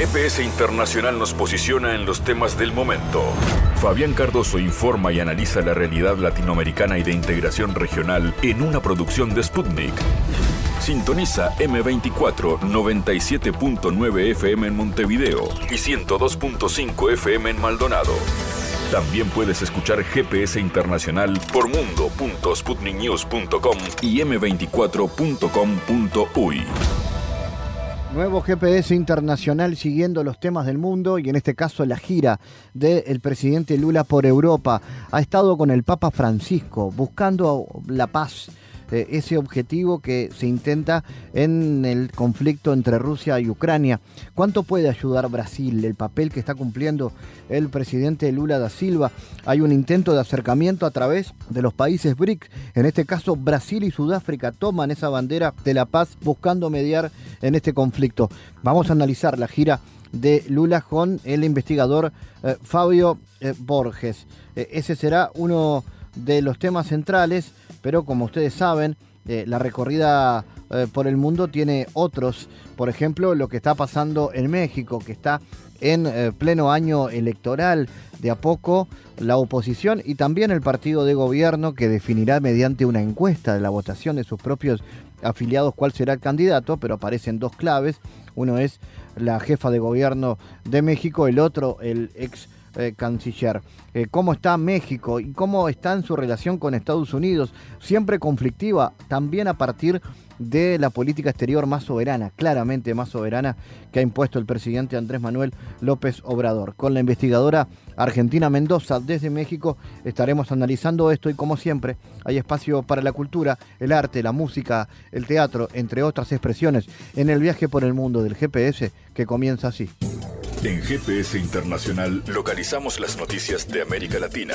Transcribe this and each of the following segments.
GPS Internacional nos posiciona en los temas del momento. Fabián Cardoso informa y analiza la realidad latinoamericana y de integración regional en una producción de Sputnik. Sintoniza M24 97.9 FM en Montevideo y 102.5 FM en Maldonado. También puedes escuchar GPS Internacional por mundo.sputniknews.com y m24.com.uy. Nuevo GPS Internacional siguiendo los temas del mundo y en este caso la gira del presidente Lula por Europa. Ha estado con el Papa Francisco buscando la paz, ese objetivo que se intenta en el conflicto entre Rusia y Ucrania. ¿Cuánto puede ayudar Brasil? El papel que está cumpliendo el presidente Lula da Silva. Hay un intento de acercamiento a través de los países BRICS. En este caso, Brasil y Sudáfrica toman esa bandera de la paz buscando mediar en este conflicto. Vamos a analizar la gira de Lula con el investigador Fabio Borges. Ese será uno de los temas centrales, pero como ustedes saben, la recorrida por el mundo tiene otros. Por ejemplo, lo que está pasando en México, que está en pleno año electoral. De a poco la oposición y también el partido de gobierno, que definirá mediante una encuesta de la votación de sus propios afiliados cuál será el candidato, pero aparecen dos claves. Uno es la jefa de gobierno de México, el otro el ex canciller. ¿Cómo está México y cómo está en su relación con Estados Unidos? Siempre conflictiva, también a partir de la política exterior más soberana, claramente más soberana, que ha impuesto el presidente Andrés Manuel López Obrador. Con la investigadora Argentina Mendoza desde México estaremos analizando esto y, como siempre, hay espacio para la cultura, el arte, la música, el teatro, entre otras expresiones, en el viaje por el mundo del GPS, que comienza así. En GPS Internacional localizamos las noticias de América Latina.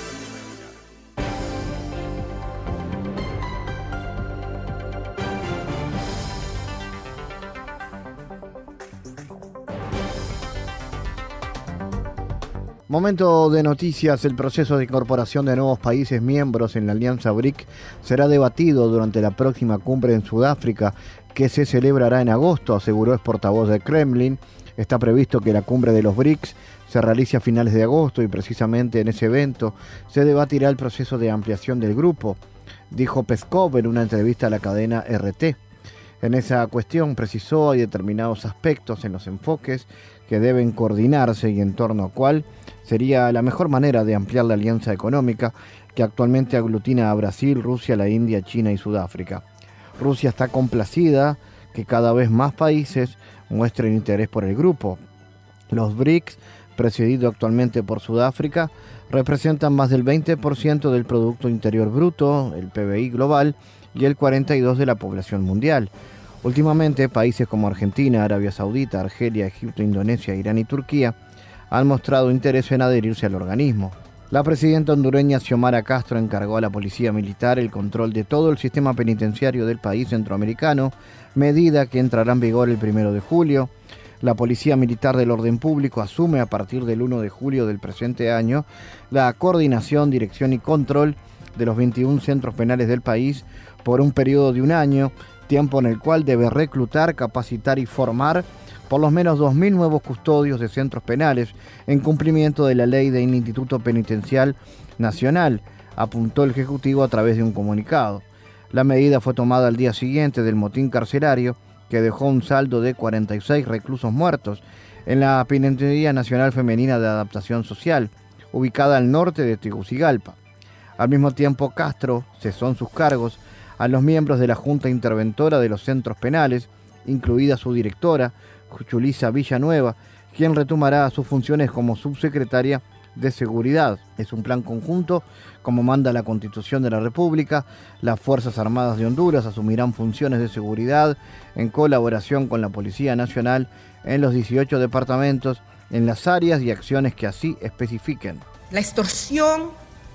Momento de noticias. El proceso de incorporación de nuevos países miembros en la Alianza BRIC será debatido durante la próxima cumbre en Sudáfrica, que se celebrará en agosto, aseguró el portavoz del Kremlin. Está previsto que la cumbre de los BRICS se realice a finales de agosto y precisamente en ese evento se debatirá el proceso de ampliación del grupo, dijo Peskov en una entrevista a la cadena RT. En esa cuestión precisó hay determinados aspectos en los enfoques que deben coordinarse y en torno a cuál sería la mejor manera de ampliar la alianza económica que actualmente aglutina a Brasil, Rusia, la India, China y Sudáfrica. Rusia está complacida que cada vez más países muestren interés por el grupo. Los BRICS, presidido actualmente por Sudáfrica, representan más del 20% del Producto Interior Bruto, el PBI global, y el 42% de la población mundial. Últimamente, países como Argentina, Arabia Saudita, Argelia, Egipto, Indonesia, Irán y Turquía han mostrado interés en adherirse al organismo. La presidenta hondureña Xiomara Castro encargó a la Policía Militar el control de todo el sistema penitenciario del país centroamericano, medida que entrará en vigor el 1 de julio. La Policía Militar del Orden Público asume a partir del 1 de julio del presente año la coordinación, dirección y control de los 21 centros penales del país por un periodo de un año, tiempo en el cual debe reclutar, capacitar y formar por lo menos 2.000 nuevos custodios de centros penales en cumplimiento de la ley del Instituto Penitencial Nacional, apuntó el Ejecutivo a través de un comunicado. La medida fue tomada al día siguiente del motín carcelario que dejó un saldo de 46 reclusos muertos en la Penitenciaría Nacional Femenina de Adaptación Social, ubicada al norte de Tegucigalpa. Al mismo tiempo, Castro cesó en sus cargos a los miembros de la Junta Interventora de los Centros Penales, incluida su directora, Julissa Villanueva, quien retomará sus funciones como subsecretaria de Seguridad. Es un plan conjunto, como manda la Constitución de la República. Las Fuerzas Armadas de Honduras asumirán funciones de seguridad en colaboración con la Policía Nacional en los 18 departamentos, en las áreas y acciones que así especifiquen. La extorsión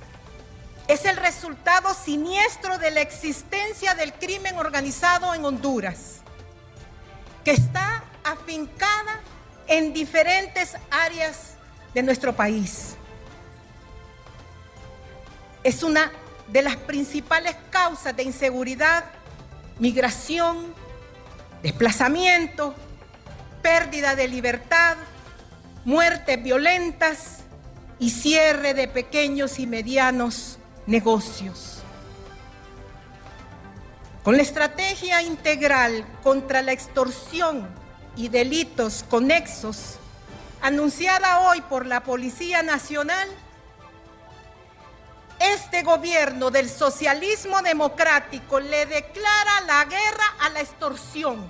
es el resultado siniestro de la existencia del crimen organizado en Honduras, que está afincada en diferentes áreas de nuestro país. Es una de las principales causas de inseguridad, migración, desplazamiento, pérdida de libertad, muertes violentas y cierre de pequeños y medianos negocios. Con la estrategia integral contra la extorsión y delitos conexos, anunciada hoy por la Policía Nacional, este gobierno del socialismo democrático le declara la guerra a la extorsión.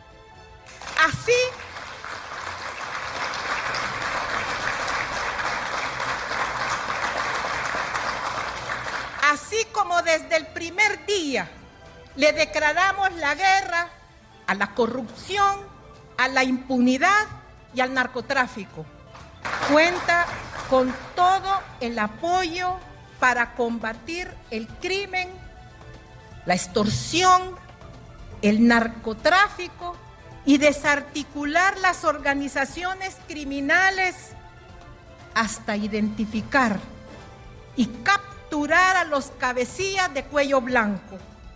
Así como desde el primer día le declaramos la guerra a la corrupción, a la impunidad y al narcotráfico. Cuenta con todo el apoyo para combatir el crimen, la extorsión, el narcotráfico y desarticular las organizaciones criminales hasta identificar y capturar a los cabecillas de cuello blanco.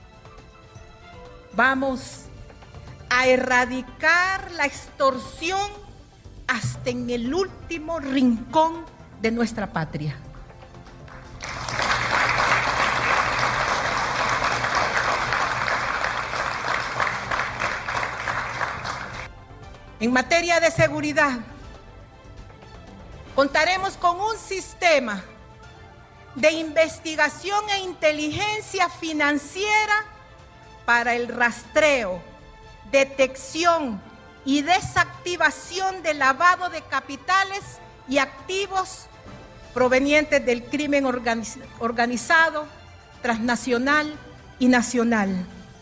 Vamos a erradicar la extorsión hasta en el último rincón de nuestra patria. En materia de seguridad, contaremos con un sistema de investigación e inteligencia financiera para el rastreo, detección y desactivación del lavado de capitales y activos provenientes del crimen organizado, transnacional y nacional.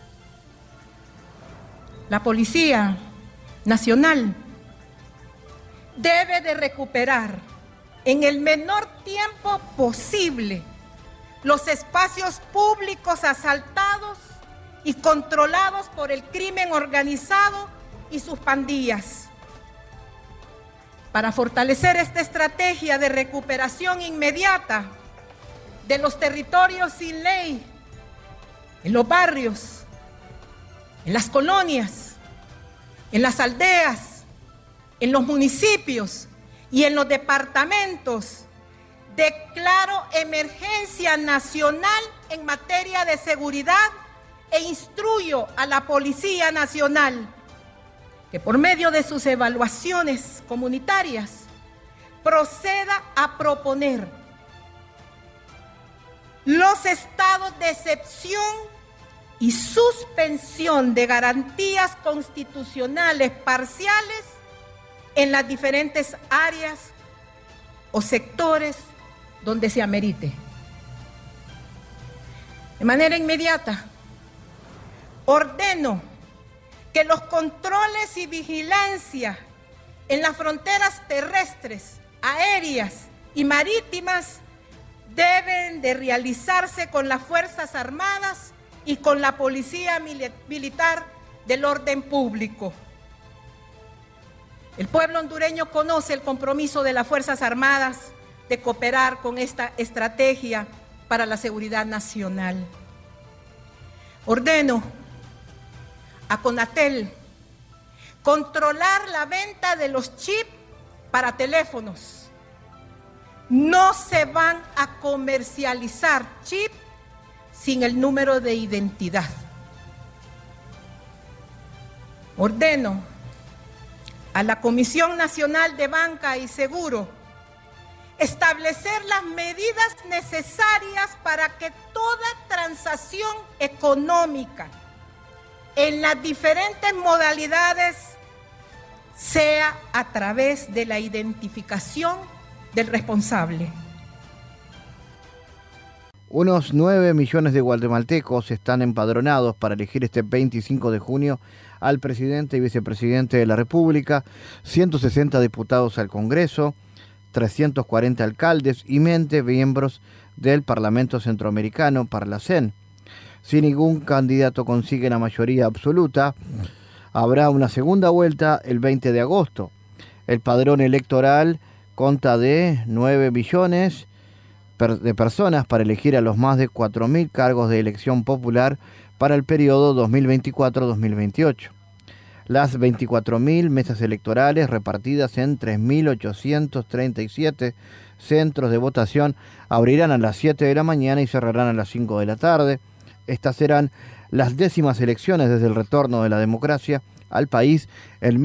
La Policía Nacional debe de recuperar en el menor tiempo posible los espacios públicos asaltados y controlados por el crimen organizado y sus pandillas. Para fortalecer esta estrategia de recuperación inmediata de los territorios sin ley, en los barrios, en las colonias, en las aldeas, en los municipios y en los departamentos, declaro emergencia nacional en materia de seguridad e instruyo a la Policía Nacional que por medio de sus evaluaciones comunitarias proceda a proponer los estados de excepción y suspensión de garantías constitucionales parciales en las diferentes áreas o sectores donde se amerite. De manera inmediata, ordeno que los controles y vigilancia en las fronteras terrestres, aéreas y marítimas deben de realizarse con las Fuerzas Armadas y con la Policía Militar del Orden Público. El pueblo hondureño conoce el compromiso de las Fuerzas Armadas de cooperar con esta estrategia para la seguridad nacional. Ordeno a CONATEL controlar la venta de los chips para teléfonos. No se van a comercializar chips sin el número de identidad. Ordeno a la Comisión Nacional de Banca y Seguro establecer las medidas necesarias para que toda transacción económica en las diferentes modalidades sea a través de la identificación del responsable. Unos 9 millones de guatemaltecos están empadronados para elegir este 25 de junio al presidente y vicepresidente de la República, 160 diputados al Congreso, 340 alcaldes y 20 miembros del Parlamento Centroamericano, Parlacén. Si ningún candidato consigue la mayoría absoluta, habrá una segunda vuelta el 20 de agosto. El padrón electoral consta de 9 millones de personas para elegir a los más de 4.000 cargos de elección popular para el periodo 2024-2028. Las 24.000 mesas electorales repartidas en 3.837 centros de votación abrirán a las 7 de la mañana y cerrarán a las 5 de la tarde. Estas serán las 10º elecciones desde el retorno de la democracia al país en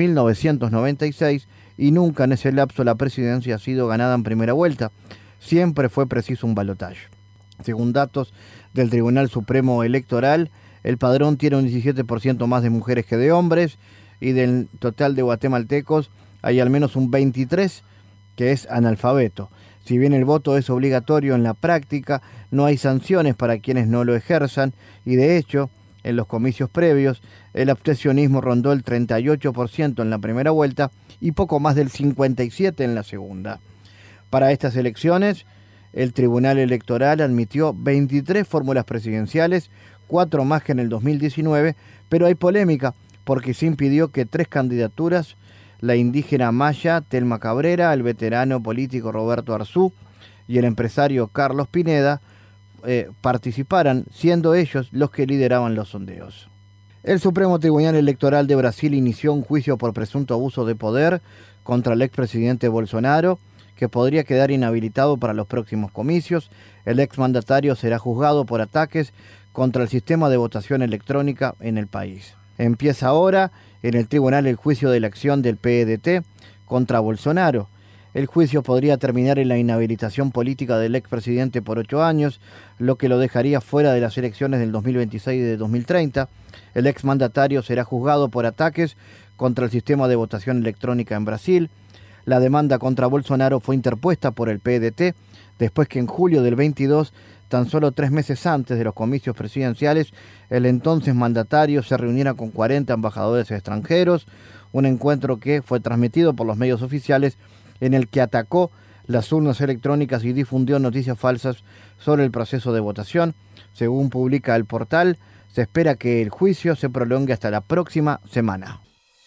1996 y nunca en ese lapso la presidencia ha sido ganada en primera vuelta. Siempre fue preciso un balotaje. Según datos del Tribunal Supremo Electoral, el padrón tiene un 17% más de mujeres que de hombres y del total de guatemaltecos hay al menos un 23% que es analfabeto. Si bien el voto es obligatorio en la práctica, no hay sanciones para quienes no lo ejerzan y de hecho, en los comicios previos, el abstencionismo rondó el 38% en la primera vuelta y poco más del 57% en la segunda. Para estas elecciones, el Tribunal Electoral admitió 23 fórmulas presidenciales, 4 más que en el 2019, pero hay polémica porque se impidió que 3 candidaturas, la indígena maya Telma Cabrera, el veterano político Roberto Arzú y el empresario Carlos Pineda, participaran, siendo ellos los que lideraban los sondeos. El Supremo Tribunal Electoral de Brasil inició un juicio por presunto abuso de poder contra el expresidente Bolsonaro, que podría quedar inhabilitado para los próximos comicios. El exmandatario será juzgado por ataques contra el sistema de votación electrónica en el país. Empieza ahora en el tribunal el juicio de la acción del PDT contra Bolsonaro. El juicio podría terminar en la inhabilitación política del expresidente por 8 años, lo que lo dejaría fuera de las elecciones del 2026 y de 2030. El exmandatario será juzgado por ataques contra el sistema de votación electrónica en Brasil. La demanda contra Bolsonaro fue interpuesta por el PDT después que en julio del 22, tan solo 3 meses antes de los comicios presidenciales, el entonces mandatario se reuniera con 40 embajadores extranjeros, un encuentro que fue transmitido por los medios oficiales en el que atacó las urnas electrónicas y difundió noticias falsas sobre el proceso de votación. Según publica el portal, se espera que el juicio se prolongue hasta la próxima semana.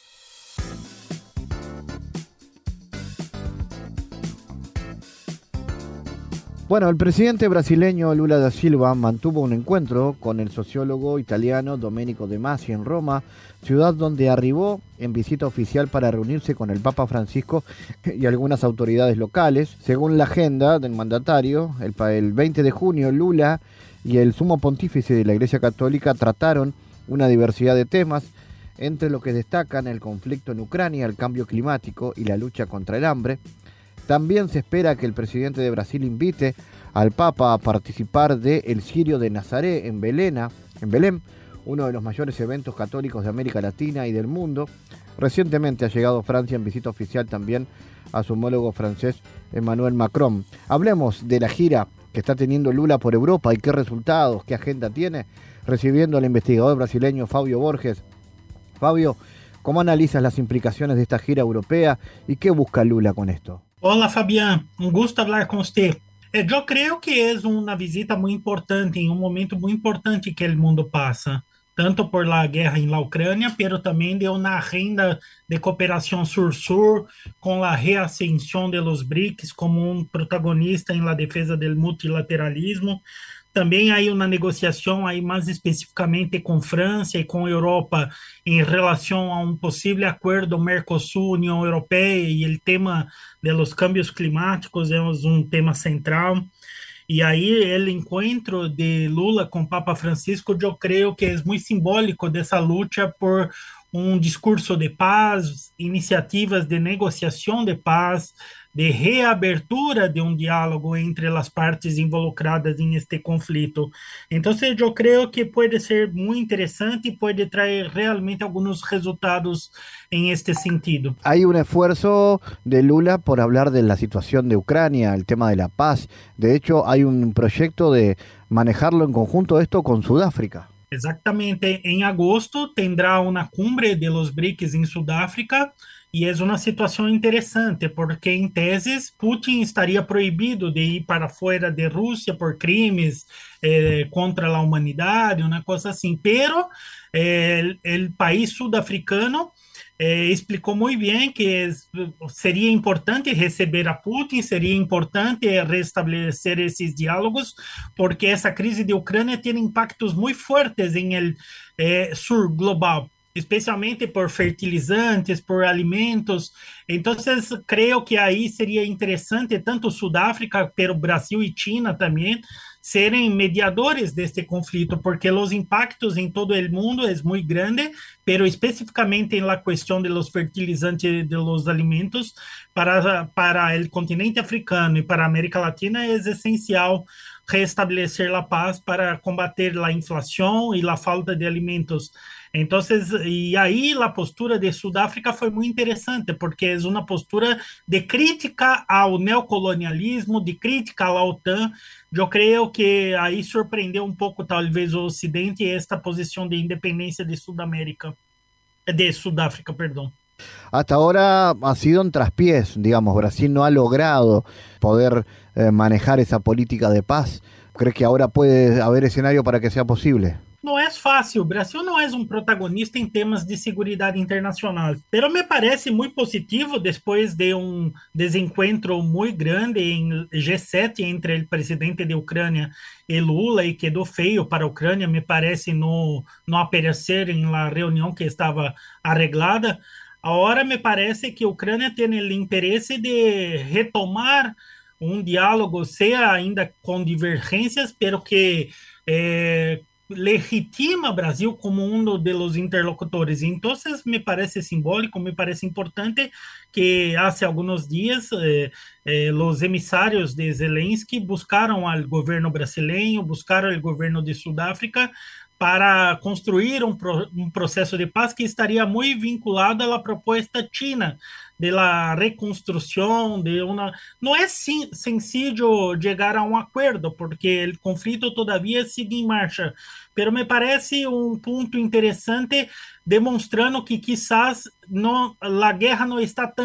Bueno, el presidente brasileño Lula da Silva mantuvo un encuentro con el sociólogo italiano Domenico De Masi en Roma, ciudad donde arribó en visita oficial para reunirse con el Papa Francisco y algunas autoridades locales. Según la agenda del mandatario, el 20 de junio Lula y el sumo pontífice de la Iglesia Católica trataron una diversidad de temas, entre lo que destacan el conflicto en Ucrania, el cambio climático y la lucha contra el hambre. También se espera que el presidente de Brasil invite al Papa a participar de El Cirio de Nazaret en Belén, uno de los mayores eventos católicos de América Latina y del mundo. Recientemente ha llegado a Francia en visita oficial también a su homólogo francés Emmanuel Macron. Hablemos de la gira que está teniendo Lula por Europa y qué resultados, qué agenda tiene, recibiendo al investigador brasileño Fabio Borges. Fabio, ¿cómo analizas las implicaciones de esta gira europea y qué busca Lula con esto? Olá, Fabián, um gusto falar com você. Eu creio que é uma visita muito importante, em um momento muito importante que o mundo passa, tanto por la guerra em la Ucrânia, pero também de uma agenda de cooperação sur-sur, com a reascensão de los BRICS como um protagonista em la defesa do multilateralismo. Também há uma negociação aí mais especificamente com França e com Europa em relação a um possível acordo Mercosul-União Europeia e o tema dos cambios climáticos é um tema central. E aí o encontro de Lula com Papa Francisco eu creio que é muito simbólico dessa luta por um discurso de paz, iniciativas de negociação de paz, de reabertura de um diálogo entre as partes involucradas em este conflito. Então, eu creio que pode ser muito interessante e pode trazer realmente alguns resultados en este sentido. Hay un esfuerzo de Lula por hablar de la situación de Ucrania, el tema de la paz. De hecho, hay un proyecto de manejarlo en conjunto esto con Sudáfrica. Exactamente. En agosto tendrá una cumbre de los BRICS en Sudáfrica y es una situación interesante porque en tesis Putin estaría prohibido de ir para fuera de Rusia por crimes contra la humanidad, una cosa así, pero el país sudafricano explicou muito bem que seria importante receber a Putin, seria importante restabelecer esses diálogos, porque essa crise de Ucrânia tem impactos muito fortes em el sur global, especialmente por fertilizantes, por alimentos. Então, creio que aí seria interessante tanto Sudáfrica, pero Brasil e China também serem mediadores deste conflito, porque os impactos em todo o mundo é muito grande, pero especificamente na questão de los fertilizantes de los alimentos para o continente africano e para a América Latina é essencial restabelecer a paz para combater a inflação e a falta de alimentos. Então, e aí a postura de Sudáfrica foi muito interessante, porque é uma postura de crítica ao neocolonialismo, de crítica à OTAN. Eu creio que aí surpreendeu um pouco, talvez, o Ocidente esta posição de independência de Sudáfrica, perdão. Hasta ahora ha sido en traspiés, digamos, Brasil no ha logrado poder manejar esa política de paz. ¿Crees que ahora puede haber escenario para que sea posible? Não é fácil. O Brasil não é um protagonista em temas de segurança internacional. Pero me parece muito positivo depois de um desencontro muito grande em G7 entre o presidente de Ucrânia e Lula e quedou feio para a Ucrânia, me parece, não aparecer em la reunião que estava arreglada. Agora me parece que a Ucrânia tem o interesse de retomar um diálogo, seja ainda com divergências, pero que legitima Brasil como um dos interlocutores. Então, me parece simbólico, me parece importante que há alguns dias os emissários de Zelensky buscaram ao governo brasileiro, buscaram ao governo de Sudáfrica para construir um processo de paz que estaria muito vinculado à proposta china de la reconstrução de uma... Não é sencillo chegar a um acordo, porque o conflito todavia sigue em marcha, pero me parece um ponto interessante demonstrando que quizás a guerra não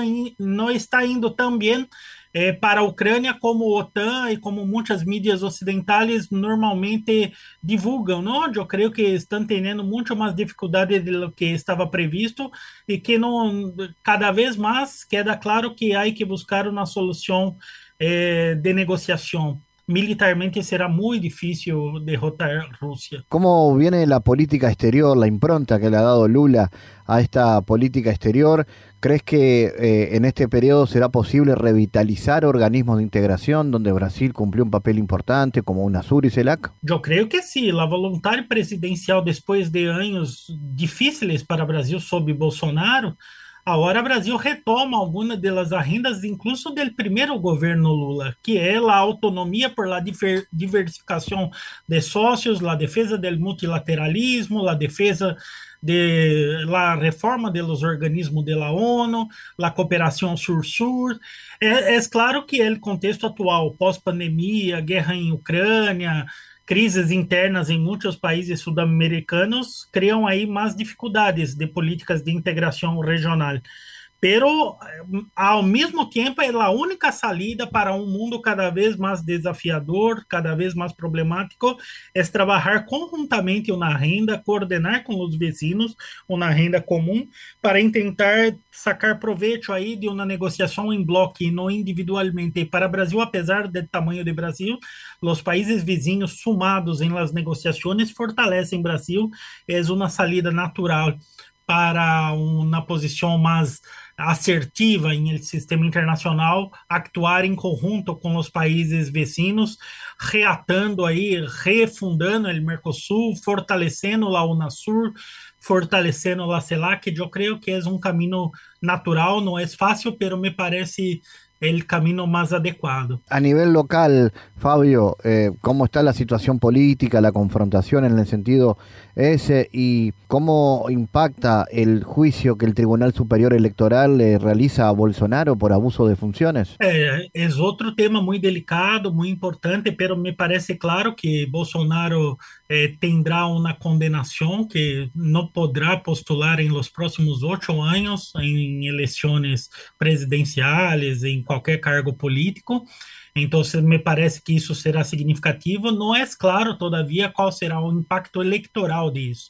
está indo tão bem para a Ucrânia como a OTAN e como muitas mídias ocidentais normalmente divulgam, não? Eu creio que estão tendo muito mais dificuldade do que estava previsto e que cada vez mais queda claro que há que buscar uma solução de negociação. Militarmente será muy difícil derrotar Rusia. ¿Cómo viene la política exterior, la impronta que le ha dado Lula a esta política exterior? ¿Crees que en este periodo será posible revitalizar organismos de integración donde Brasil cumplió un papel importante como UNASUR y CELAC? Yo creo que sí. La voluntad presidencial después de años difíciles para Brasil sob Bolsonaro, agora o Brasil retoma algumas das agendas, incluso do primeiro governo Lula, que é a autonomia por la diversificação de sócios, a defesa do multilateralismo, a defesa de la reforma de los organismos de la ONU, la cooperação sur-sur. É claro que o contexto atual, pós-pandemia, guerra em Ucrânia, crises internas em muitos países sul-americanos criam aí mais dificuldades de políticas de integração regional. Pero, ao mesmo tempo, é a única saída para um mundo cada vez mais desafiador, cada vez mais problemático, é trabalhar conjuntamente uma renda, coordenar com os vizinhos uma renda comum para tentar sacar proveito aí de uma negociação em bloco e não individualmente. E para o Brasil, apesar do tamanho do Brasil, os países vizinhos sumados em las negociações fortalecem o Brasil, é uma saída natural para uma posição mais assertiva em el sistema internacional, actuar em conjunto com os países vecinos, reatando aí, refundando o Mercosul, fortalecendo a UNASUR, fortalecendo a CELAC. Eu creio que é um caminho natural, não é fácil, pero me parece el camino más adecuado. A nivel local, Fabio, ¿cómo está la situación política, la confrontación en el sentido ese y cómo impacta el juicio que el Tribunal Superior Electoral realiza a Bolsonaro por abuso de funciones? Es otro tema muy delicado, muy importante, pero me parece claro que Bolsonaro tendrá una condenación que no podrá postular en los próximos 8 años en elecciones presidenciales, en cualquier cargo político. Então, me parece que isso será significativo. Não é claro, todavia, qual será o impacto eleitoral disso.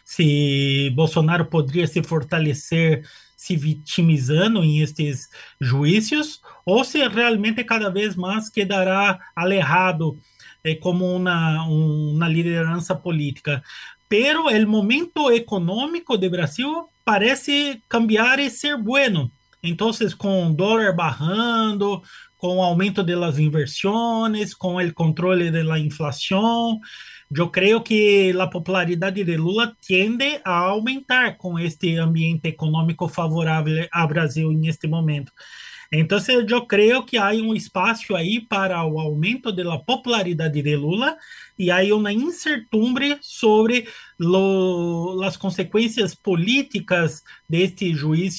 Se Bolsonaro poderia se fortalecer se vitimizando em estes juízos, ou se realmente cada vez mais quedará alejado como uma liderança política. pero el momento económico de Brasil parece cambiar y ser bueno. Entonces, con dólar bajando, con aumento de las inversiones, con el control de la inflación, yo creo que la popularidad de Lula tiende a aumentar con este ambiente económico favorable a Brasil en este momento. Entonces, yo creo que hay un espacio ahí para el aumento de la popularidad de Lula y hay una incertidumbre sobre las consecuencias políticas de este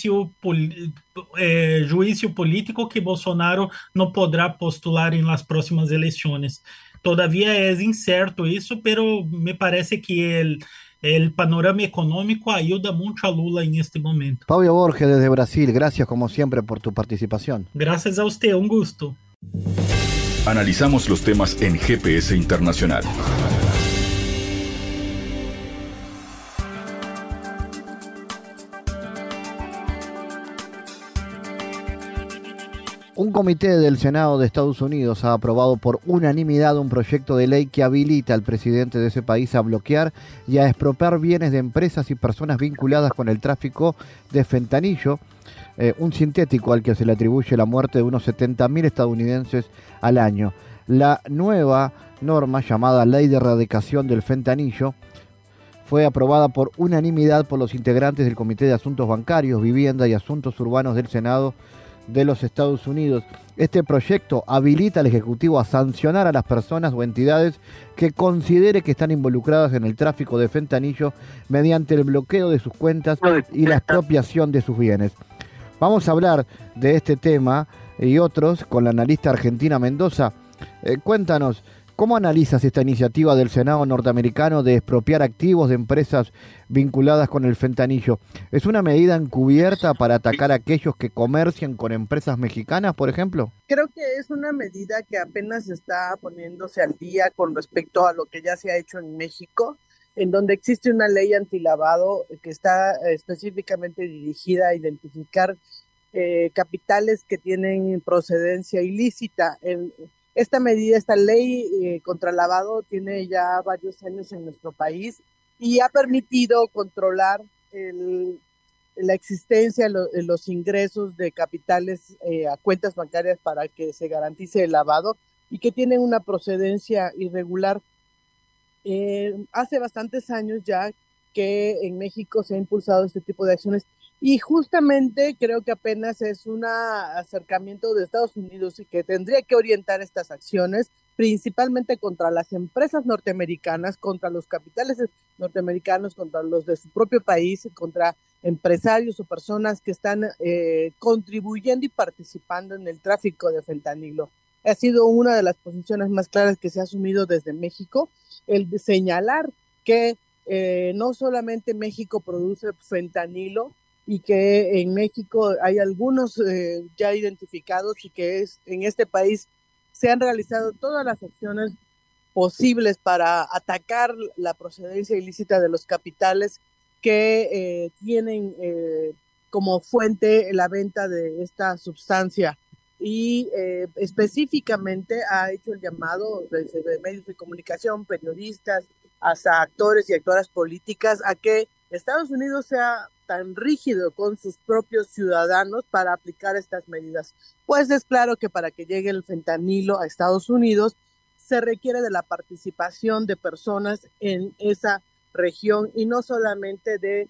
juicio político que Bolsonaro no podrá postular en las próximas elecciones. Todavía es incierto eso, pero me parece que el panorama económico ayuda mucho a Lula en este momento. Fabio Borges desde Brasil, gracias como siempre por tu participación. Gracias a usted, un gusto. Analizamos los temas en GPS Internacional. Un comité del Senado de Estados Unidos ha aprobado por unanimidad un proyecto de ley que habilita al presidente de ese país a bloquear y a expropiar bienes de empresas y personas vinculadas con el tráfico de fentanilo, un sintético al que se le atribuye la muerte de unos 70.000 estadounidenses al año. La nueva norma, llamada Ley de Erradicación del Fentanilo, fue aprobada por unanimidad por los integrantes del Comité de Asuntos Bancarios, Vivienda y Asuntos Urbanos del Senado de los Estados Unidos. Este proyecto habilita al Ejecutivo a sancionar a las personas o entidades que considere que están involucradas en el tráfico de fentanilo mediante el bloqueo de sus cuentas y la expropiación de sus bienes. Vamos a hablar de este tema y otros con la analista Argentina Mendoza. Cuéntanos, ¿cómo analizas esta iniciativa del Senado norteamericano de expropiar activos de empresas vinculadas con el fentanilo? ¿Es una medida encubierta para atacar a aquellos que comercian con empresas mexicanas, por ejemplo? Creo que es una medida que apenas está poniéndose al día con respecto a lo que ya se ha hecho en México, en donde existe una ley antilavado que está específicamente dirigida a identificar capitales que tienen procedencia ilícita. Esta medida, esta ley contra lavado tiene ya varios años en nuestro país y ha permitido controlar la existencia, los ingresos de capitales a cuentas bancarias para que se garantice el lavado y que tienen una procedencia irregular. Hace bastantes años ya que en México se ha impulsado este tipo de acciones y justamente creo que apenas es un acercamiento de Estados Unidos y que tendría que orientar estas acciones principalmente contra las empresas norteamericanas, contra los capitales norteamericanos, contra los de su propio país, contra empresarios o personas que están contribuyendo y participando en el tráfico de fentanilo. Ha sido una de las posiciones más claras que se ha asumido desde México, el de señalar que no solamente México produce fentanilo y que en México hay algunos ya identificados y que en este país se han realizado todas las acciones posibles para atacar la procedencia ilícita de los capitales que tienen como fuente la venta de esta sustancia. Y específicamente ha hecho el llamado desde medios de comunicación, periodistas, hasta actores y actoras políticas a que Estados Unidos sea tan rígido con sus propios ciudadanos para aplicar estas medidas. Pues es claro que para que llegue el fentanilo a Estados Unidos se requiere de la participación de personas en esa región y no solamente de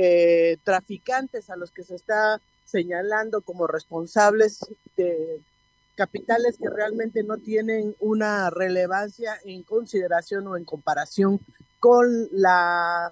traficantes a los que se está señalando como responsables de capitales que realmente no tienen una relevancia en consideración o en comparación con la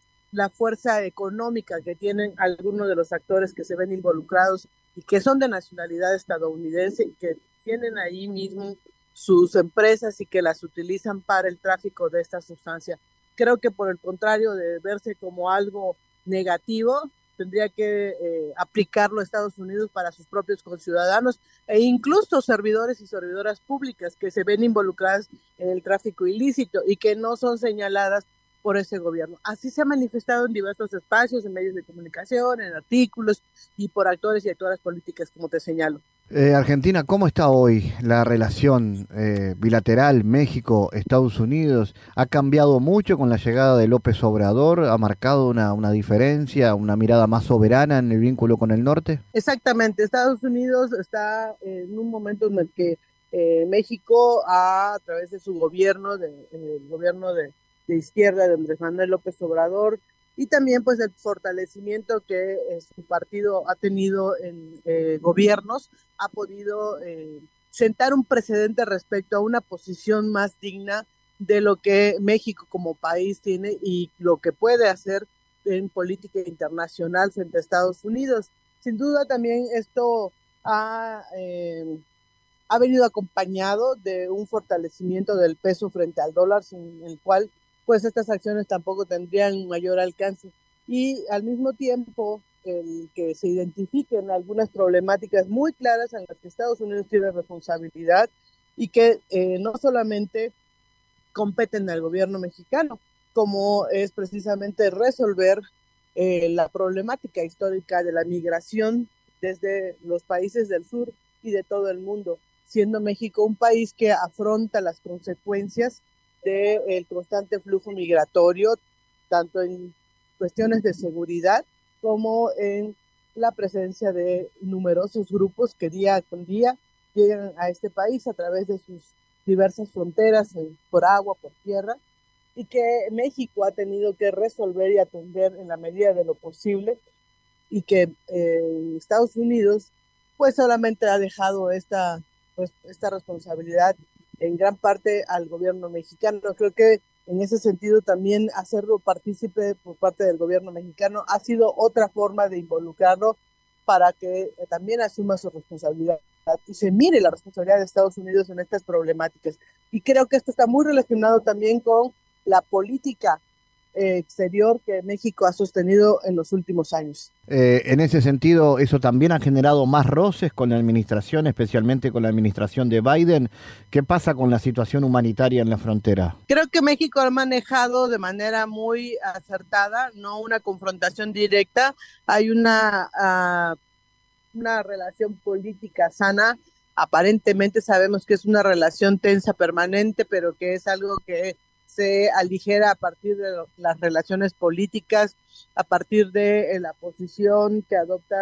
fuerza económica que tienen algunos de los actores que se ven involucrados y que son de nacionalidad estadounidense y que tienen ahí mismo sus empresas y que las utilizan para el tráfico de esta sustancia. Creo que por el contrario de verse como algo negativo, tendría que aplicarlo a Estados Unidos para sus propios conciudadanos e incluso servidores y servidoras públicas que se ven involucradas en el tráfico ilícito y que no son señaladas por ese gobierno. Así se ha manifestado en diversos espacios, en medios de comunicación, en artículos y por actores y actoras políticas, como te señalo. Argentina, ¿cómo está hoy la relación bilateral México-Estados Unidos? ¿Ha cambiado mucho con la llegada de López Obrador? ¿Ha marcado una diferencia, una mirada más soberana en el vínculo con el norte? Exactamente, Estados Unidos está en un momento en el que México, a través de su gobierno, el gobierno de izquierda de Andrés Manuel López Obrador, y también pues el fortalecimiento que su partido ha tenido en gobiernos, ha podido sentar un precedente respecto a una posición más digna de lo que México como país tiene y lo que puede hacer en política internacional frente a Estados Unidos. Sin duda también esto ha venido acompañado de un fortalecimiento del peso frente al dólar, sin el cual pues estas acciones tampoco tendrían mayor alcance. Y al mismo tiempo, el que se identifiquen algunas problemáticas muy claras en las que Estados Unidos tiene responsabilidad y que no solamente competen al gobierno mexicano, como es precisamente resolver la problemática histórica de la migración desde los países del sur y de todo el mundo, siendo México un país que afronta las consecuencias del constante flujo migratorio, tanto en cuestiones de seguridad como en la presencia de numerosos grupos que día con día llegan a este país a través de sus diversas fronteras, por agua, por tierra, y que México ha tenido que resolver y atender en la medida de lo posible, y que Estados Unidos pues solamente ha dejado esta responsabilidad en gran parte al gobierno mexicano. Creo que en ese sentido también hacerlo partícipe por parte del gobierno mexicano ha sido otra forma de involucrarlo para que también asuma su responsabilidad y se mire la responsabilidad de Estados Unidos en estas problemáticas. Y creo que esto está muy relacionado también con la política exterior que México ha sostenido en los últimos años. En ese sentido, eso también ha generado más roces con la administración, especialmente con la administración de Biden. ¿Qué pasa con la situación humanitaria en la frontera? Creo que México ha manejado de manera muy acertada, no una confrontación directa. Hay una relación política sana. Aparentemente sabemos que es una relación tensa permanente, pero que es algo que se aligera a partir de las relaciones políticas, a partir de la posición que adopta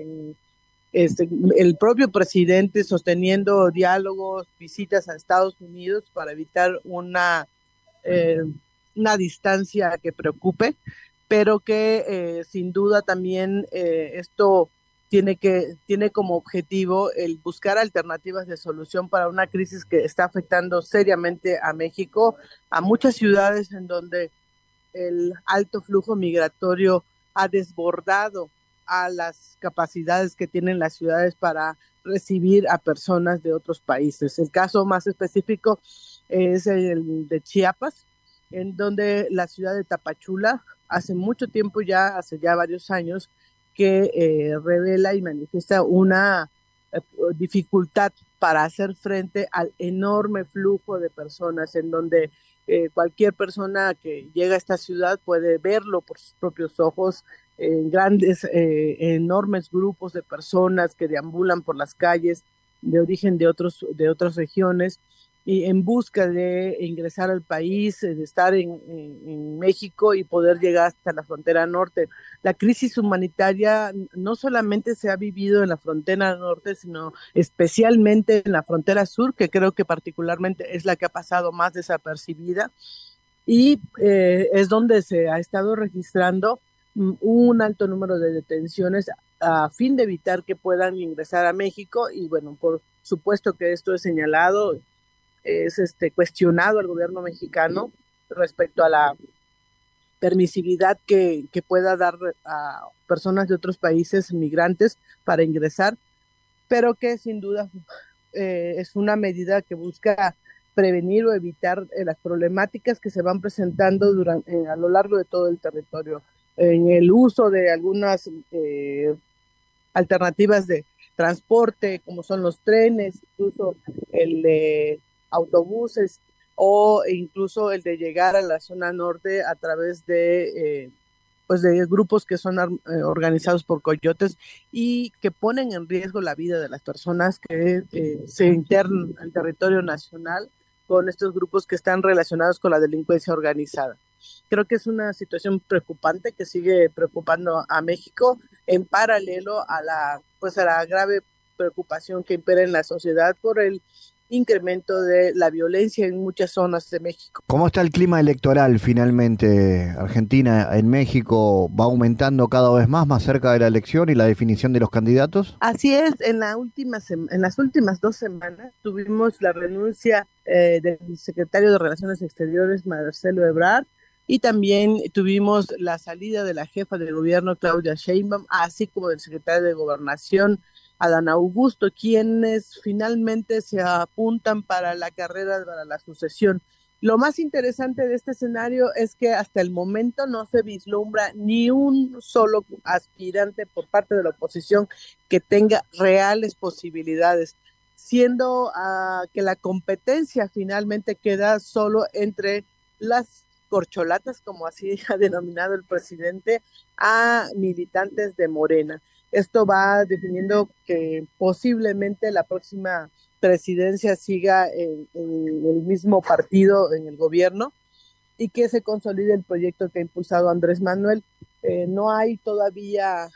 el propio presidente, sosteniendo diálogos, visitas a Estados Unidos para evitar una distancia que preocupe, pero que sin duda también esto tiene como objetivo el buscar alternativas de solución para una crisis que está afectando seriamente a México, a muchas ciudades en donde el alto flujo migratorio ha desbordado a las capacidades que tienen las ciudades para recibir a personas de otros países. El caso más específico es el de Chiapas, en donde la ciudad de Tapachula hace mucho tiempo ya, hace ya varios años, que revela y manifiesta una dificultad para hacer frente al enorme flujo de personas, en donde cualquier persona que llega a esta ciudad puede verlo por sus propios ojos, enormes grupos de personas que deambulan por las calles de origen de otras regiones y en busca de ingresar al país, de estar en México y poder llegar hasta la frontera norte. La crisis humanitaria no solamente se ha vivido en la frontera norte, sino especialmente en la frontera sur, que creo que particularmente es la que ha pasado más desapercibida, y es donde se ha estado registrando un alto número de detenciones a fin de evitar que puedan ingresar a México. Y bueno, por supuesto que esto es señalado, es cuestionado al gobierno mexicano respecto a la permisividad que pueda dar a personas de otros países migrantes para ingresar, pero que sin duda es una medida que busca prevenir o evitar las problemáticas que se van presentando a lo largo de todo el territorio, en el uso de algunas alternativas de transporte, como son los trenes, incluso el de autobuses, o incluso el de llegar a la zona norte a través de pues de grupos que son organizados por coyotes y que ponen en riesgo la vida de las personas que se internan al territorio nacional con estos grupos que están relacionados con la delincuencia organizada. Creo que es una situación preocupante que sigue preocupando a México en paralelo a a la grave preocupación que impera en la sociedad por el incremento de la violencia en muchas zonas de México. ¿Cómo está el clima electoral finalmente? Argentina en México va aumentando cada vez más cerca de la elección y la definición de los candidatos. Así es, en las últimas 2 semanas tuvimos la renuncia del secretario de Relaciones Exteriores, Marcelo Ebrard, y también tuvimos la salida de la jefa de gobierno, Claudia Sheinbaum, así como del secretario de Gobernación, Adán Augusto, quienes finalmente se apuntan para la carrera, para la sucesión. Lo más interesante de este escenario es que hasta el momento no se vislumbra ni un solo aspirante por parte de la oposición que tenga reales posibilidades, siendo que la competencia finalmente queda solo entre las corcholatas, como así ha denominado el presidente, a militantes de Morena. Esto va definiendo que posiblemente la próxima presidencia siga en el mismo partido, en el gobierno, y que se consolide el proyecto que ha impulsado Andrés Manuel. No hay todavía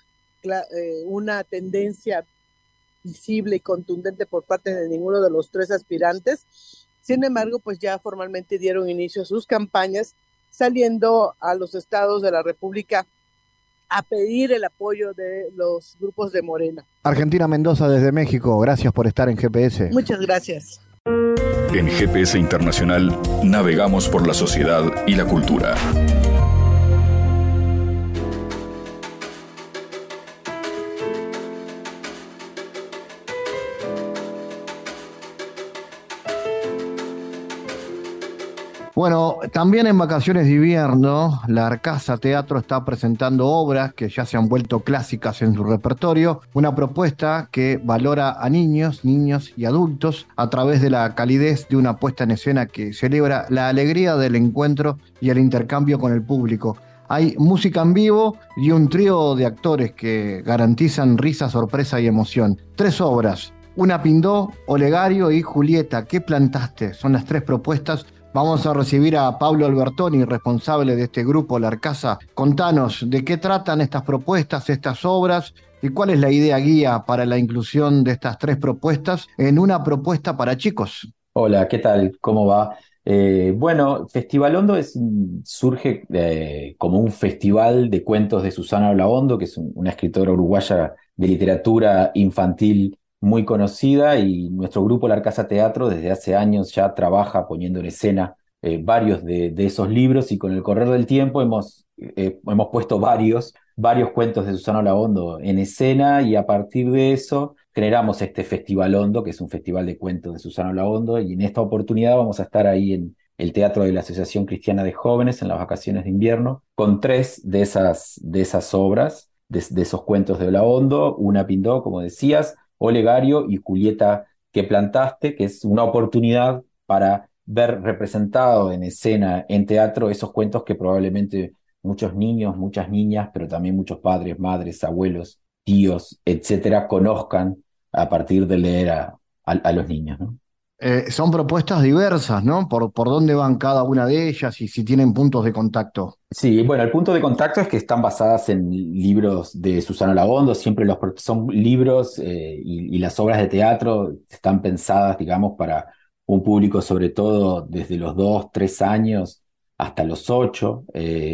una tendencia visible y contundente por parte de ninguno de los tres aspirantes. Sin embargo, pues ya formalmente dieron inicio a sus campañas, saliendo a los estados de la República a pedir el apoyo de los grupos de Morena. Argentina Mendoza desde México, gracias por estar en GPS. Muchas gracias. En GPS Internacional navegamos por la sociedad y la cultura. Bueno, también en vacaciones de invierno, la Arcasa Teatro está presentando obras que ya se han vuelto clásicas en su repertorio, una propuesta que valora a niños, niñas y adultos a través de la calidez de una puesta en escena que celebra la alegría del encuentro y el intercambio con el público. Hay música en vivo y un trío de actores que garantizan risa, sorpresa y emoción. 3 obras, Una Pindó, Olegario y Julieta. ¿Qué plantaste? Son las 3 propuestas. Vamos a recibir a Pablo Albertoni, responsable de este grupo, La Arcasa. Contanos, ¿de qué tratan estas propuestas, estas obras? ¿Y cuál es la idea guía para la inclusión de estas 3 propuestas en una propuesta para chicos? Hola, ¿qué tal? ¿Cómo va? Bueno, Festivalondo surge como un festival de cuentos de Susana Olaondo, que es una escritora uruguaya de literatura infantil muy conocida, y nuestro grupo La Arcasa Teatro desde hace años ya trabaja poniendo en escena varios de esos libros, y con el correr del tiempo hemos puesto varios cuentos de Susana Olaondo en escena, y a partir de eso generamos este Festivalondo, que es un festival de cuentos de Susana Olaondo, y en esta oportunidad vamos a estar ahí en el Teatro de la Asociación Cristiana de Jóvenes en las vacaciones de invierno, con 3 de esas obras, de esos cuentos de Olaondo: Una Pindó, como decías, Olegario y Julieta, que plantaste, que es una oportunidad para ver representado en escena, en teatro, esos cuentos que probablemente muchos niños, muchas niñas, pero también muchos padres, madres, abuelos, tíos, etcétera, conozcan a partir de leer a los niños, ¿no? Son propuestas diversas, ¿no? ¿Por dónde van cada una de ellas y si tienen puntos de contacto? Sí, bueno, el punto de contacto es que están basadas en libros de Susana Olaondo. Siempre son libros y las obras de teatro están pensadas, digamos, para un público sobre todo desde los 2, 3 años hasta los 8.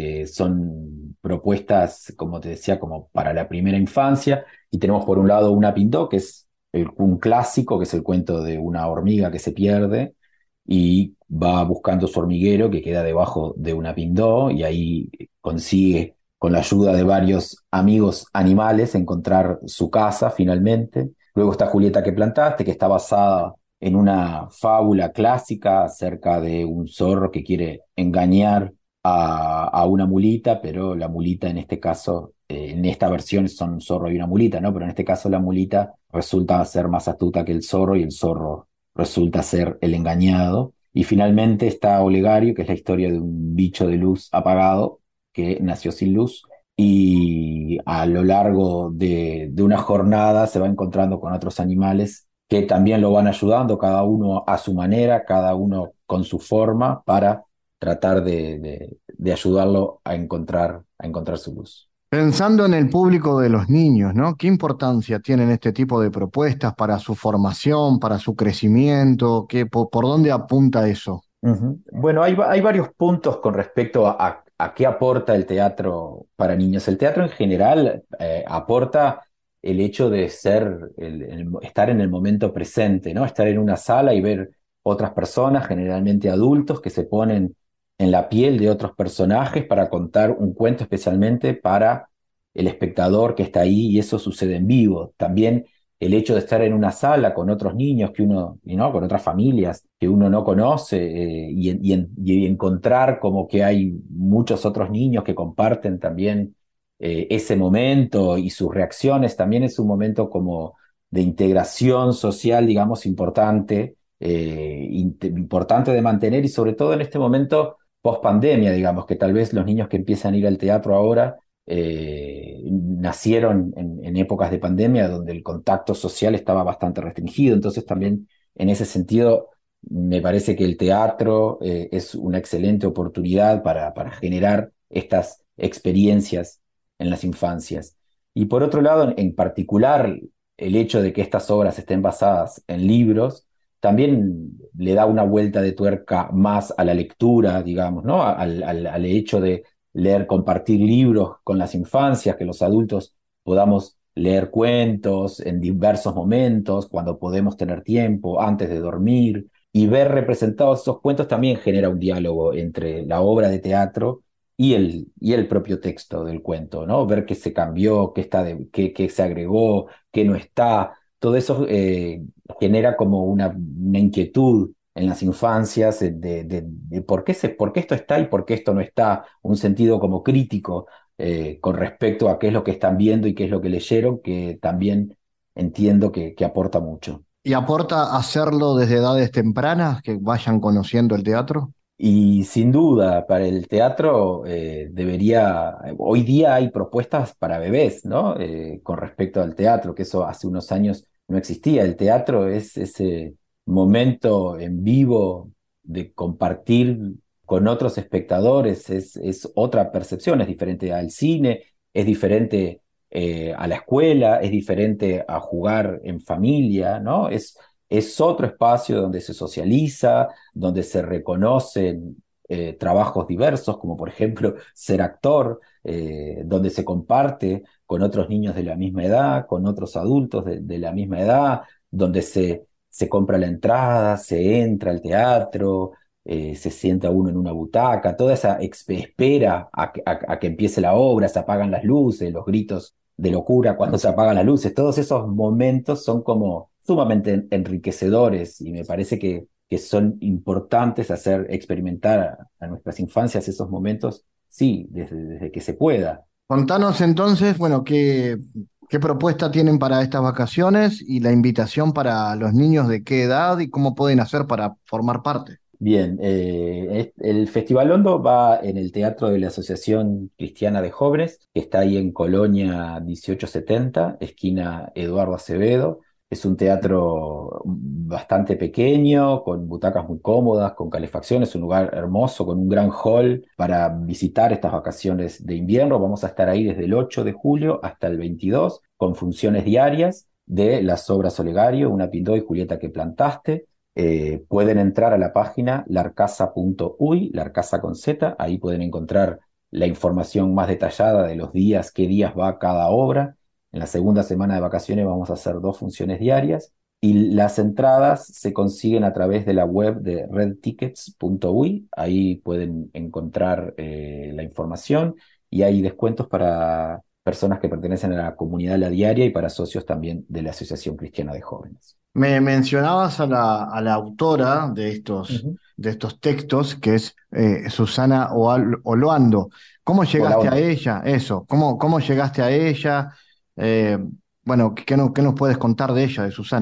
Son propuestas, como te decía, como para la primera infancia. Y tenemos por un lado Una Pindó, que es un clásico, que es el cuento de una hormiga que se pierde y va buscando su hormiguero que queda debajo de una pindó, y ahí consigue, con la ayuda de varios amigos animales, encontrar su casa finalmente. Luego está Julieta, que plantaste, que está basada en una fábula clásica acerca de un zorro que quiere engañar a una mulita, pero la mulita en este caso, en esta versión son un zorro y una mulita, ¿no? Pero en este caso la mulita resulta ser más astuta que el zorro, y el zorro resulta ser el engañado. Y finalmente está Olegario, que es la historia de un bicho de luz apagado que nació sin luz y a lo largo de una jornada se va encontrando con otros animales que también lo van ayudando, cada uno a su manera, cada uno con su forma, para tratar de ayudarlo a encontrar su luz. Pensando en el público de los niños, ¿no? ¿Qué importancia tienen este tipo de propuestas para su formación, para su crecimiento? ¿Por dónde apunta eso? Ujú. Bueno, hay varios puntos con respecto a qué aporta el teatro para niños. El teatro en general aporta el hecho de estar en el momento presente, ¿no? Estar en una sala y ver otras personas, generalmente adultos, que se ponen en la piel de otros personajes para contar un cuento especialmente para el espectador que está ahí, y eso sucede en vivo. También el hecho de estar en una sala con otros niños que uno, y no, con otras familias que uno no conoce, y encontrar como que hay muchos otros niños que comparten también ese momento y sus reacciones, también es un momento como de integración social, digamos, importante, importante de mantener, y sobre todo en este momento post pandemia, digamos, que tal vez los niños que empiezan a ir al teatro ahora nacieron en épocas de pandemia donde el contacto social estaba bastante restringido. Entonces también en ese sentido me parece que el teatro es una excelente oportunidad para generar estas experiencias en las infancias. Y por otro lado, en particular, el hecho de que estas obras estén basadas en libros también le da una vuelta de tuerca más a la lectura, digamos, ¿no? Al hecho de leer, compartir libros con las infancias, que los adultos podamos leer cuentos en diversos momentos, cuando podemos tener tiempo, antes de dormir, y ver representados esos cuentos también genera un diálogo entre la obra de teatro y el propio texto del cuento, ¿no? Ver qué se cambió, qué se agregó, qué no está. Todo eso genera como una inquietud en las infancias de por qué esto está y por qué esto no está, un sentido como crítico con respecto a qué es lo que están viendo y qué es lo que leyeron, que también entiendo que aporta mucho. ¿Y aporta hacerlo desde edades tempranas, que vayan conociendo el teatro? Y sin duda, para el teatro hoy día hay propuestas para bebés, ¿no? Con respecto al teatro, que eso hace unos años no existía. El teatro es ese momento en vivo de compartir con otros espectadores, es otra percepción, es diferente al cine, es diferente a la escuela, es diferente a jugar en familia, ¿no? Es otro espacio donde se socializa, donde se reconocen trabajos diversos, como por ejemplo ser actor, donde se comparte con otros niños de la misma edad, con otros adultos de la misma edad, donde se compra la entrada, se entra al teatro, se sienta uno en una butaca, toda esa espera a que empiece la obra, se apagan las luces, los gritos de locura cuando se apagan las luces, todos esos momentos son como sumamente enriquecedores, y me parece que son importantes hacer experimentar a nuestras infancias esos momentos, sí, desde que se pueda. Contanos entonces, bueno, qué propuesta tienen para estas vacaciones y la invitación para los niños de qué edad y cómo pueden hacer para formar parte. Bien, el Festival Hondo va en el Teatro de la Asociación Cristiana de Jóvenes, que está ahí en Colonia 1870, esquina Eduardo Acevedo. Es un teatro bastante pequeño, con butacas muy cómodas, con calefacción. Es un lugar hermoso, con un gran hall para visitar estas vacaciones de invierno. Vamos a estar ahí desde el 8 de julio hasta el 22, con funciones diarias de las obras Olegario, Una pindó y Julieta que plantaste. Pueden entrar a la página larcasa.uy, larcasa con Z, ahí pueden encontrar la información más detallada de los días, qué días va cada obra. En la segunda semana de vacaciones vamos a hacer 2 funciones diarias, y las entradas se consiguen a través de la web de redtickets.uy, ahí pueden encontrar la información, y hay descuentos para personas que pertenecen a la comunidad La Diaria y para socios también de la Asociación Cristiana de Jóvenes. Me mencionabas a la autora Ujú. de estos textos, que es Susana Oloando. ¿Cómo Hola, llegaste a Onda. ella? Eso, ¿cómo llegaste a ella? Eh, bueno, qué nos puedes contar de ella, de Susana?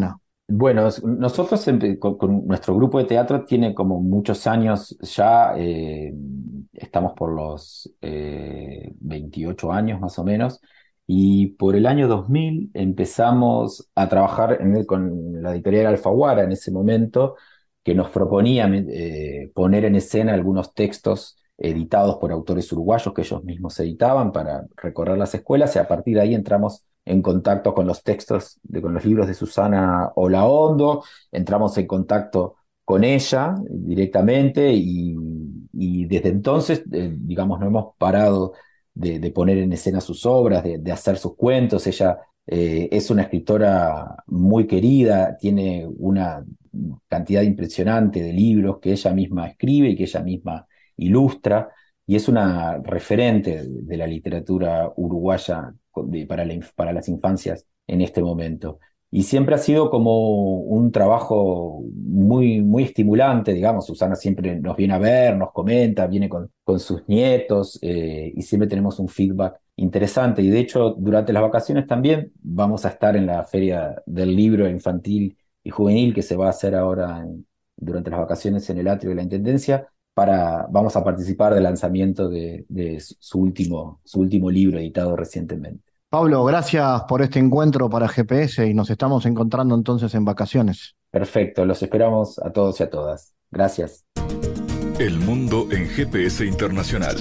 Bueno, nosotros con nuestro grupo de teatro tiene como muchos años ya, estamos por los 28 años más o menos, y por el año 2000 empezamos a trabajar con la editorial Alfaguara en ese momento, que nos proponía poner en escena algunos textos editados por autores uruguayos que ellos mismos editaban para recorrer las escuelas, y a partir de ahí entramos en contacto con los textos, con los libros de Susana Olaondo, entramos en contacto con ella directamente y desde entonces, digamos, no hemos parado de poner en escena sus obras, de hacer sus cuentos. Ella es una escritora muy querida, tiene una cantidad impresionante de libros que ella misma escribe y que ella misma ilustra, y es una referente de la literatura uruguaya para las infancias en este momento. Y siempre ha sido como un trabajo muy, muy estimulante, digamos. Susana siempre nos viene a ver, nos comenta, viene con sus nietos, y siempre tenemos un feedback interesante. Y de hecho, durante las vacaciones también vamos a estar en la Feria del Libro Infantil y Juvenil, que se va a hacer ahora durante las vacaciones en el atrio de la Intendencia. Vamos a participar del lanzamiento de su último libro editado recientemente. Pablo, gracias por este encuentro para GPS y nos estamos encontrando entonces en vacaciones. Perfecto, los esperamos a todos y a todas. Gracias. El mundo en GPS Internacional.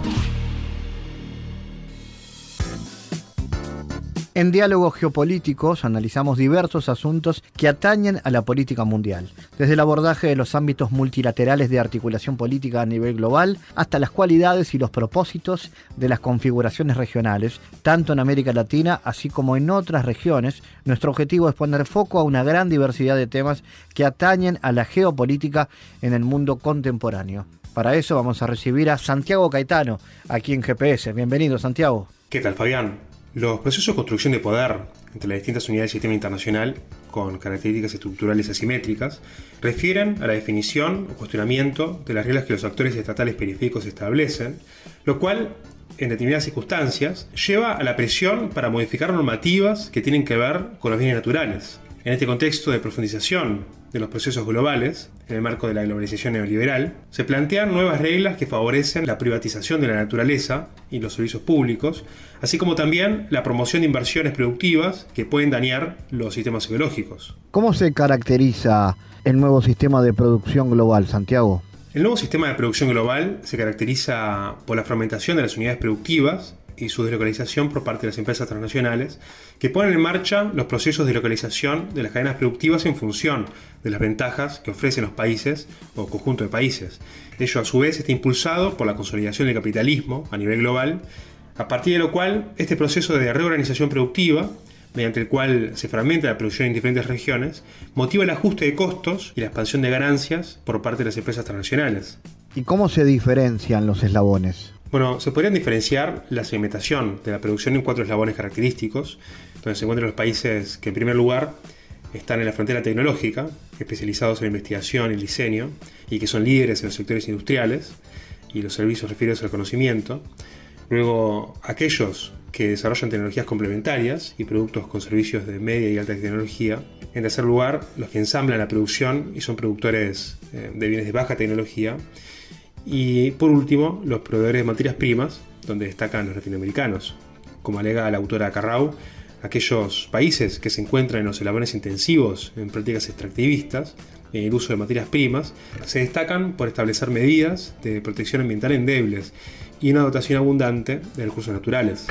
En Diálogos Geopolíticos analizamos diversos asuntos que atañen a la política mundial, desde el abordaje de los ámbitos multilaterales de articulación política a nivel global hasta las cualidades y los propósitos de las configuraciones regionales, tanto en América Latina así como en otras regiones. Nuestro objetivo es poner foco a una gran diversidad de temas que atañen a la geopolítica en el mundo contemporáneo. Para eso vamos a recibir a Santiago Caetano, aquí en GPS. Bienvenido, Santiago. ¿Qué tal, Fabián? Los procesos de construcción de poder entre las distintas unidades del sistema internacional, con características estructurales asimétricas, refieren a la definición o cuestionamiento de las reglas que los actores estatales periféricos establecen, lo cual, en determinadas circunstancias, lleva a la presión para modificar normativas que tienen que ver con los bienes naturales. En este contexto de profundización de los procesos globales, en el marco de la globalización neoliberal, se plantean nuevas reglas que favorecen la privatización de la naturaleza y los servicios públicos, así como también la promoción de inversiones productivas que pueden dañar los sistemas ecológicos. ¿Cómo se caracteriza el nuevo sistema de producción global, Santiago? El nuevo sistema de producción global se caracteriza por la fragmentación de las unidades productivas y su deslocalización por parte de las empresas transnacionales, que ponen en marcha los procesos de localización de las cadenas productivas en función de las ventajas que ofrecen los países o conjunto de países. Ello a su vez está impulsado por la consolidación del capitalismo a nivel global, a partir de lo cual este proceso de reorganización productiva, mediante el cual se fragmenta la producción en diferentes regiones, motiva el ajuste de costos y la expansión de ganancias por parte de las empresas transnacionales. ¿Y cómo se diferencian los eslabones? Bueno, se podrían diferenciar la segmentación de la producción en 4 eslabones característicos, donde se encuentran los países que en primer lugar están en la frontera tecnológica, especializados en la investigación y el diseño, y que son líderes en los sectores industriales y los servicios referidos al conocimiento. Luego, aquellos que desarrollan tecnologías complementarias y productos con servicios de media y alta tecnología. En tercer lugar, los que ensamblan la producción y son productores de bienes de baja tecnología. Y por último, los proveedores de materias primas, donde destacan los latinoamericanos. Como alega la autora Carrau, aquellos países que se encuentran en los eslabones intensivos en prácticas extractivistas, en el uso de materias primas, se destacan por establecer medidas de protección ambiental endebles y una dotación abundante de recursos naturales.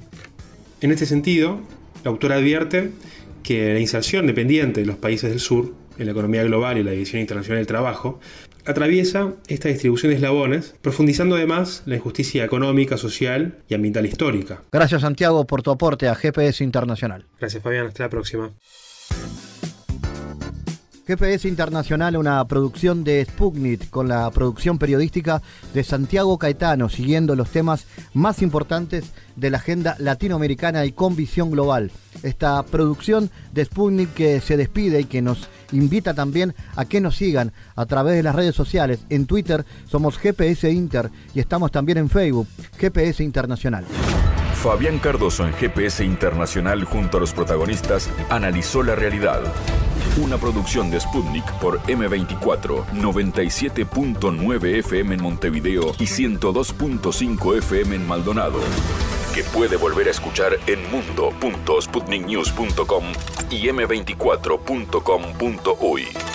En este sentido, la autora advierte que la inserción dependiente de los países del sur en la economía global y la división internacional del trabajo atraviesa esta distribución de eslabones, profundizando además la injusticia económica, social y ambiental histórica. Gracias, Santiago, por tu aporte a GPS Internacional. Gracias, Fabián. Hasta la próxima. GPS Internacional, una producción de Sputnik con la producción periodística de Santiago Caetano, siguiendo los temas más importantes de la agenda latinoamericana y con visión global. Esta producción de Sputnik que se despide y que nos invita también a que nos sigan a través de las redes sociales. En Twitter somos GPS Inter y estamos también en Facebook, GPS Internacional. Fabián Cardoso en GPS Internacional junto a los protagonistas analizó la realidad. Una producción de Sputnik por M24, 97.9 FM en Montevideo y 102.5 FM en Maldonado. Que puede volver a escuchar en mundo.sputniknews.com y m24.com.uy.